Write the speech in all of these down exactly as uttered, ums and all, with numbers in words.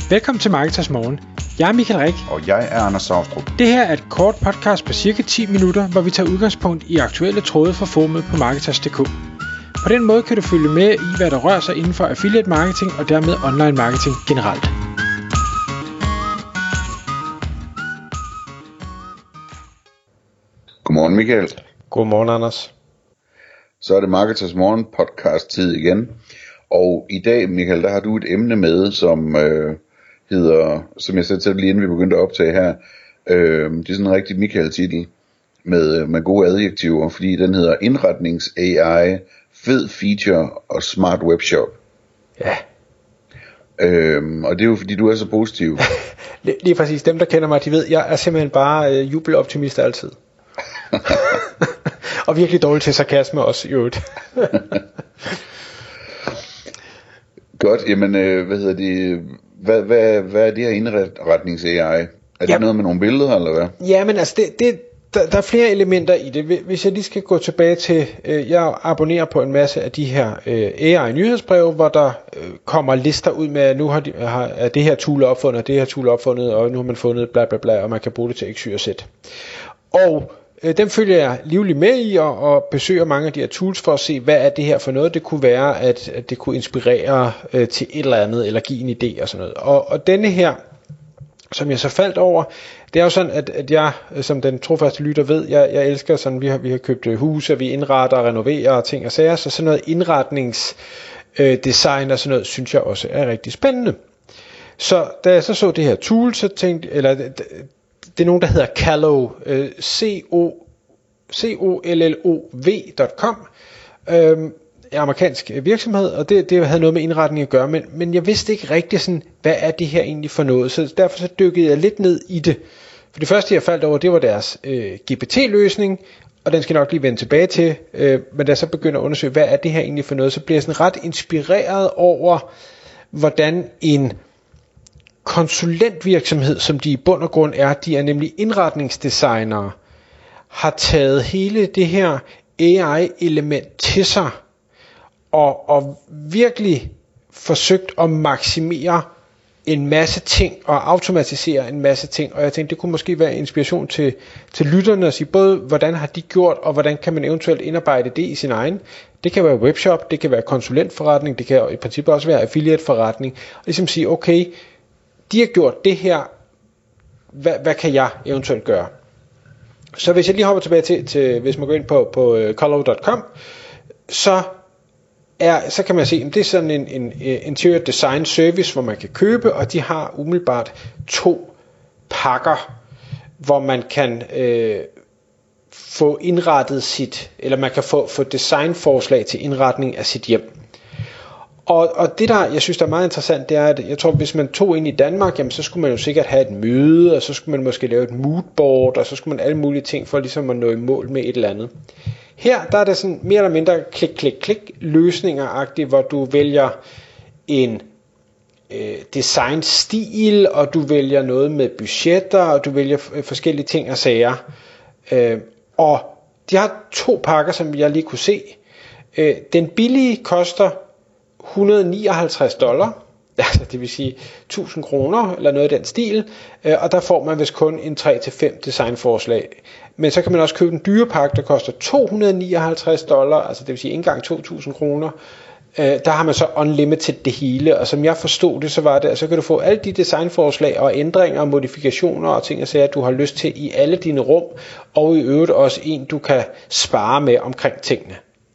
Velkommen til Marketers Morgen. Jeg er Michael Rik. Og jeg er Anders Saustrup. Det her er et kort podcast på cirka ti minutter, hvor vi tager udgangspunkt i aktuelle tråde fra forumet på Marketers punktum d k. På den måde kan du følge med i, hvad der rører sig inden for affiliate marketing og dermed online marketing generelt. Godmorgen Michael. Godmorgen Anders. Så er det Marketers Morgen podcast tid igen. Og i dag, Michael, der har du et emne med, som øh, hedder, som jeg satte til lige inden vi begyndte at optage her, øh, det er sådan en rigtig Michael-titel med, med gode adjektiver, fordi den hedder indretnings-A I, fed feature og smart webshop. Ja. Øh, og det er jo fordi, du er så positiv. Lige præcis, dem der kender mig, de ved, jeg er simpelthen bare øh, jubeloptimist altid. Og virkelig dårlig til sarkasme også, i øvrigt. Godt, jamen, øh, hvad hedder det, hvad, hvad, hvad er det her indretnings-A I? Er det ja. noget med nogle billeder, eller hvad? Ja, men altså, det, det, der, der er flere elementer i det. Hvis jeg lige skal gå tilbage til, øh, jeg abonnerer på en masse af de her øh, A I-nyhedsbreve, hvor der øh, kommer lister ud med, at nu har, de, har er det her tool opfundet, og det her tool opfundet, og nu har man fundet bla bla bla, og man kan bruge det til X, Y og Z. Og øh, dem følger jeg livligt med i, og, og besøger mange af de her tools for at se, hvad er det her for noget. Det kunne være, at, at det kunne inspirere øh, til et eller andet, eller give en idé og sådan noget. Og, og denne her, som jeg så faldt over, det er jo sådan, at, at jeg, som den trofaste lytter ved, jeg, jeg elsker sådan, vi har, vi har købt huse, vi indretter og renoverer og ting og sager, så sådan noget indretningsdesign øh, og sådan noget, synes jeg også er rigtig spændende. Så da jeg så så det her tool, så tænkte, eller det, det er nogen, der hedder Callo, øh, C O L L O V punktum com, øh, amerikansk virksomhed, og det, det havde noget med indretning at gøre, men, men jeg vidste ikke rigtig sådan, hvad er det her egentlig for noget, så derfor så dykkede jeg lidt ned i det. For det første jeg faldt over, det var deres øh, G P T-løsning, og den skal jeg nok lige vende tilbage til, øh, men da jeg så begynder at undersøge, hvad er det her egentlig for noget, så bliver jeg sådan ret inspireret over, hvordan en konsulentvirksomhed, som de i bund og grund er, de er nemlig indretningsdesignere, har taget hele det her A I-element til sig, og, og virkelig forsøgt at maksimere en masse ting, og automatisere en masse ting, og jeg tænkte, det kunne måske være inspiration til, til lytterne, at sige både, hvordan har de gjort, og hvordan kan man eventuelt indarbejde det i sin egen. Det kan være webshop, det kan være konsulentforretning, det kan i princippet også være affiliate-forretning, og ligesom sige, okay, de har gjort det her, hvad, hvad kan jeg eventuelt gøre? Så hvis jeg lige hopper tilbage til, til hvis man går ind på, på uh, Callo punktum com, så, er, så kan man se, at det er sådan en, en interior design service, hvor man kan købe, og de har umiddelbart to pakker, hvor man kan øh, få indrettet sit, eller man kan få, få designforslag til indretning af sit hjem. Og, og det der, jeg synes der er meget interessant, det er, at jeg tror, hvis man tog ind i Danmark, jamen så skulle man jo sikkert have et møde, og så skulle man måske lave et moodboard, og så skulle man alle mulige ting for ligesom at nå i mål med et eller andet. Her, der er det sådan mere eller mindre klik, klik, klik løsninger-agtigt, hvor du vælger en øh, designstil, og du vælger noget med budgetter, og du vælger f- forskellige ting og sager. Øh, og de har to pakker, som jeg lige kunne se. Øh, den billige koster et hundrede og nioghalvtreds dollar, altså det vil sige tusind kroner eller noget af den stil, og der får man vist kun en tre til fem designforslag. Men så kan man også købe en dyre pakke, der koster to hundrede og nioghalvtreds dollar, altså det vil sige en gang to tusind kroner. Der har man så unlimited det hele, og som jeg forstod det, så var det, at så kan du få alle de designforslag og ændringer og modifikationer og ting og sager, du har lyst til i alle dine rum, og i øvrigt også en, du kan spare med omkring tingene.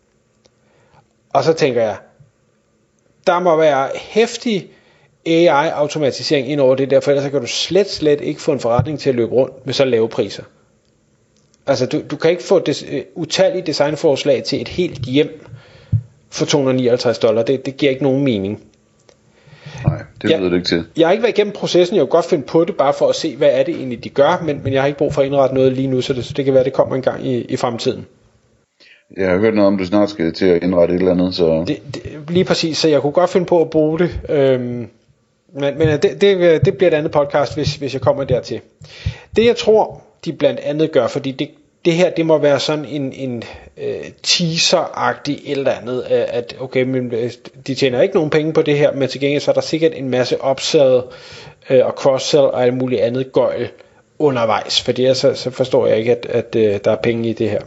Og så tænker jeg, der må være heftig A I-automatisering ind over det der, for ellers kan du slet, slet ikke få en forretning til at løbe rundt med så lave priser. Altså, du, du kan ikke få des, uh, utallige designforslag til et helt hjem for to hundrede og nioghalvtreds dollar. Det, det giver ikke nogen mening. Nej, det lyder det ikke til. Jeg har ikke været igennem processen, jeg vil godt finde på det, bare for at se, hvad er det egentlig, de gør, men, men jeg har ikke brug for at indrette noget lige nu, så det, så det kan være, det kommer en gang i, i fremtiden. Jeg har hørt noget om, du snart skal til at indrette et eller andet, så... Det, det, lige præcis, så jeg kunne godt finde på at bruge det, øhm, men, men det, det, det bliver et andet podcast, hvis, hvis jeg kommer dertil. Det jeg tror, de blandt andet gør, fordi det, det her, det må være sådan en, en øh, teaser-agtig et eller andet, øh, at okay, men, øh, de tjener ikke nogen penge på det her, men til gengæld så er der sikkert en masse upsell øh, og cross-sell og alt muligt andet gøjl undervejs, for det så, så forstår jeg ikke, at, at øh, der er penge i det her.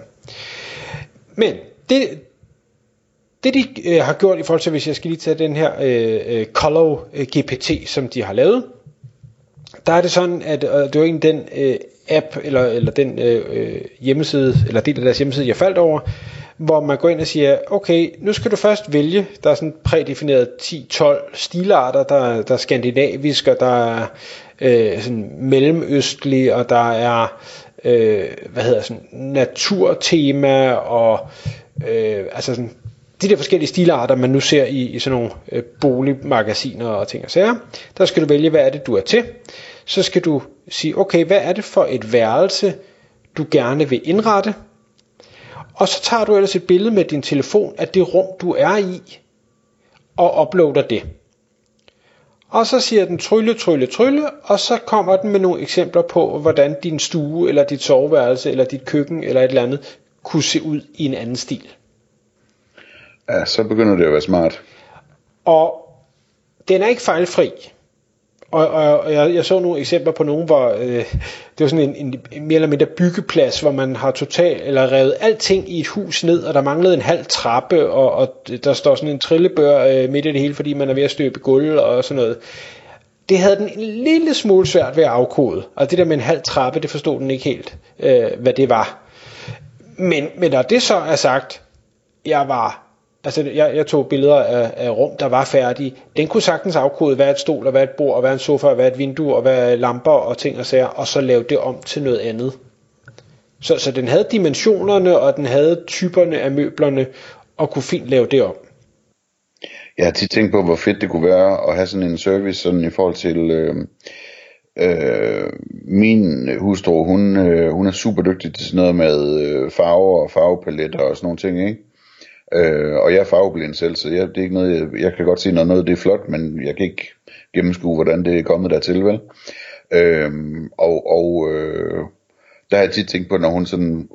Men det, det de øh, har gjort i forhold til, hvis jeg skal lige tage den her øh, Color G P T, som de har lavet, der er det sådan, at øh, det var en den øh, app, eller, eller den øh, hjemmeside, eller del af deres hjemmeside, jeg faldt over, hvor man går ind og siger, okay, nu skal du først vælge, der er sådan prædefineret ti tolv stilarter, der, der er skandinavisk, og der er øh, sådan mellemøstlig, og der er øh, hvad hedder sådan, naturtema, og øh, altså sådan, de der forskellige stilarter, man nu ser i, i sådan nogle øh, boligmagasiner og ting og sager, der skal du vælge, hvad er det, du er til. Så skal du sige, okay, hvad er det for et værelse, du gerne vil indrette. Og så tager du ellers et billede med din telefon af det rum, du er i, og uploader det. Og så siger den trylle, trylle, trylle, og så kommer den med nogle eksempler på, hvordan din stue, eller dit soveværelse, eller dit køkken, eller et eller andet, kunne se ud i en anden stil. Ja, så begynder det at være smart. Og den er ikke fejlfri. Og, og, og jeg, jeg så nogle eksempler på nogen, hvor øh, det var sådan en, en mere eller mindre byggeplads, hvor man har totalt eller revet alting i et hus ned, og der manglede en halv trappe, og, og der står sådan en trillebør øh, midt i det hele, fordi man er ved at støbe gulv og sådan noget. Det havde den en lille smule svært ved at afkode, og det der med en halv trappe, det forstod den ikke helt, øh, hvad det var. Men, men når det så er sagt, jeg var Altså, jeg, jeg tog billeder af, af rum, der var færdige. Den kunne sagtens afkode, hvad et stol, og hvad et bord, og hvad en sofa, og hvad et vindue, og hvad lamper og ting og sager, og så lave det om til noget andet. Så, så den havde dimensionerne, og den havde typerne af møblerne, og kunne fint lave det om. Jeg har tit tænkt på, hvor fedt det kunne være at have sådan en service, sådan i forhold til øh, øh, min hustru, hun, øh, hun er super dygtig til sådan noget med øh, farver og farvepaletter og sådan nogle ting, ikke? Øh, og jeg er farveblind selv, så jeg, det er ikke noget, jeg, jeg kan godt sige, når noget det er flot, men jeg kan ikke gennemskue, hvordan det er kommet dertil, vel? Øh, og og øh, der har jeg tit tænkt på, når hun sådan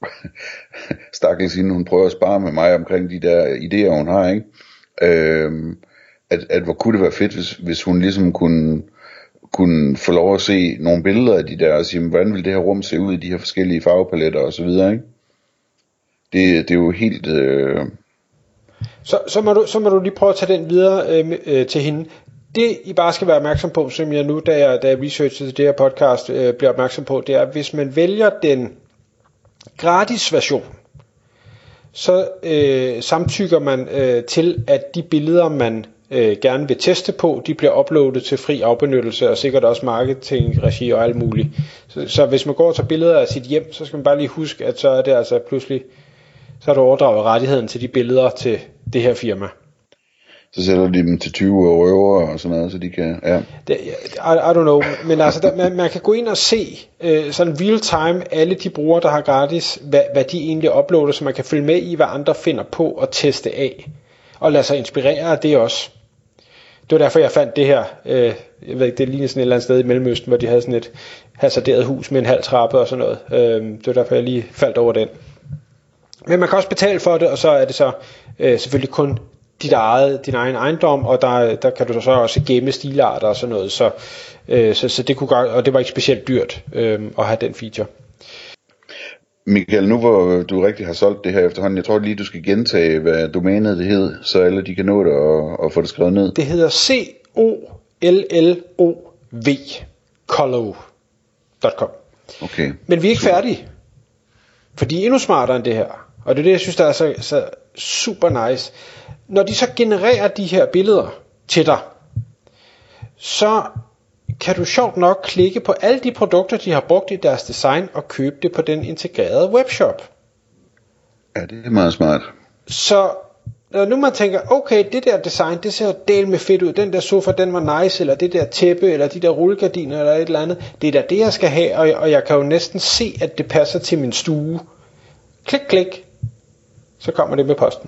stakkels hende, hun prøver at spare med mig omkring de der idéer, hun har, ikke? Øh, at, at hvor kunne det være fedt, hvis, hvis hun ligesom kunne, kunne få lov at se nogle billeder af de der, og sige, hvordan vil det her rum se ud i de her forskellige farvepaletter og så videre, ikke? Det, det er jo helt... Øh... Så, så, må du, så må du lige prøve at tage den videre øh, øh, til hende. Det I bare skal være opmærksom på, som jeg nu, da jeg, da jeg researchede det her podcast, øh, bliver opmærksom på, det er, at hvis man vælger den gratis version, så øh, samtykker man øh, til, at de billeder, man øh, gerne vil teste på, de bliver uploadet til fri afbenyttelse, og sikkert også marketing, regi og alt muligt. Så, så hvis man går og tager billeder af sit hjem, så skal man bare lige huske, at så er det altså pludselig, så har du overdraget rettigheden til de billeder til det her firma. Så sælger de dem til tyve røver og sådan noget, så de kan, ja. Det, I, I don't know, men altså, der, man, man kan gå ind og se øh, sådan real time, alle de brugere, der har gratis, hvad, hvad de egentlig uploader, så man kan følge med i, hvad andre finder på og teste af, og lade sig inspirere af det også. Det var derfor, jeg fandt det her, øh, jeg ved ikke, det ligner sådan et eller andet sted i Mellemøsten, hvor de havde sådan et hasarderet hus med en halv trappe og sådan noget. Øh, det var derfor, jeg lige faldt over den. Men man kan også betale for det, og så er det så øh, selvfølgelig kun dit eget, din egen ejendom, og der, der kan du så også gemme stilarter og sådan noget, så, øh, så, så det kunne godt, og det var ikke specielt dyrt øh, at have den feature. Michael, nu hvor du rigtig har solgt det her efterhånden, jeg tror lige du skal gentage, hvad domænet det hed, så alle de kan nå det og, og få det skrevet ned. Det hedder C O L L O V, Collow punktum com. Okay. Men vi er ikke færdige, for de er endnu smartere end det her, og det er det, jeg synes, der er så, så super nice. Når de så genererer de her billeder til dig, så kan du sjovt nok klikke på alle de produkter, de har brugt i deres design, og købe det på den integrerede webshop. Ja, det er meget smart. Så når nu man tænker, okay, det der design, det ser del med fedt ud, den der sofa, den var nice, eller det der tæppe, eller de der rullegardiner, eller et eller andet, det er da det, jeg skal have, og, og jeg kan jo næsten se, at det passer til min stue. Klik, klik, så kommer det med posten.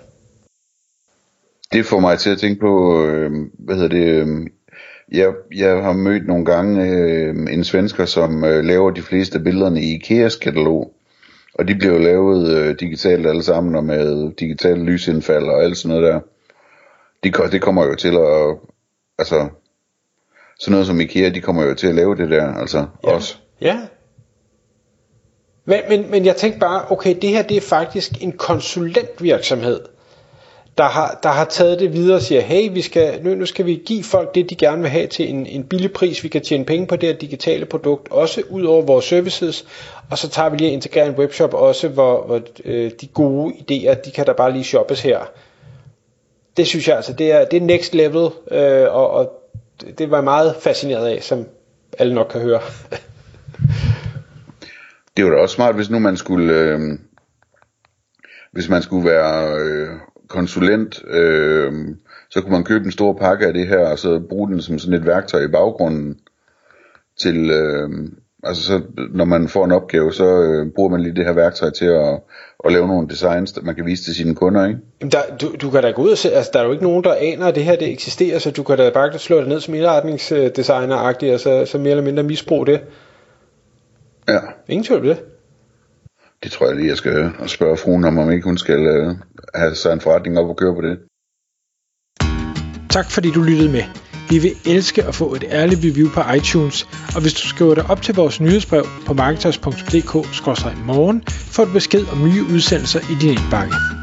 Det får mig til at tænke på, øh, hvad hedder det, øh, jeg, jeg har mødt nogle gange øh, en svensker, som øh, laver de fleste billederne i IKEAs katalog, Og de bliver jo lavet øh, digitalt alle sammen, og med digitale lysindfald og alt sådan noget der. De, det kommer jo til at, altså, sådan noget som IKEA, de kommer jo til at lave det der, altså ja. også. Ja. Men, men, men jeg tænkte bare, okay, det her det er faktisk en konsulentvirksomhed, der har, der har taget det videre og siger, hey, vi skal, nu, nu skal vi give folk det, de gerne vil have til en, en billig pris, vi kan tjene penge på det her digitale produkt, også ud over vores services, og så tager vi lige og integrerer en webshop også, hvor, hvor øh, de gode idéer, de kan der bare lige shoppes her. Det synes jeg altså, det er, det er next level, øh, og, og det var jeg meget fascineret af, som alle nok kan høre. Det var da også smart, hvis nu man skulle, øh, hvis man skulle være øh, konsulent, øh, så kunne man købe en stor pakke af det her, og så bruge den som sådan et værktøj i baggrunden til, øh, altså så, når man får en opgave, så øh, bruger man lige det her værktøj til at, at lave nogle designs, der man kan vise til sine kunder, ikke? Der, du, du kan da gå ud og se, altså der er jo ikke nogen, der aner, at det her det eksisterer, så du kan da bare slå det ned som indretningsdesigner-agtigt, og så, så mere eller mindre misbruge det. Ja. Ingen tvivl det. Det tror jeg lige, jeg skal spørge fruen om, om ikke hun skal uh, have sig en forretning op og køre på det. Tak fordi du lyttede med. Vi vil elske at få et ærligt review på iTunes, og hvis du skriver dig op til vores nyhedsbrev på marketers punktum d k skråstreg morgen, får du besked om nye udsendelser i din indbakke.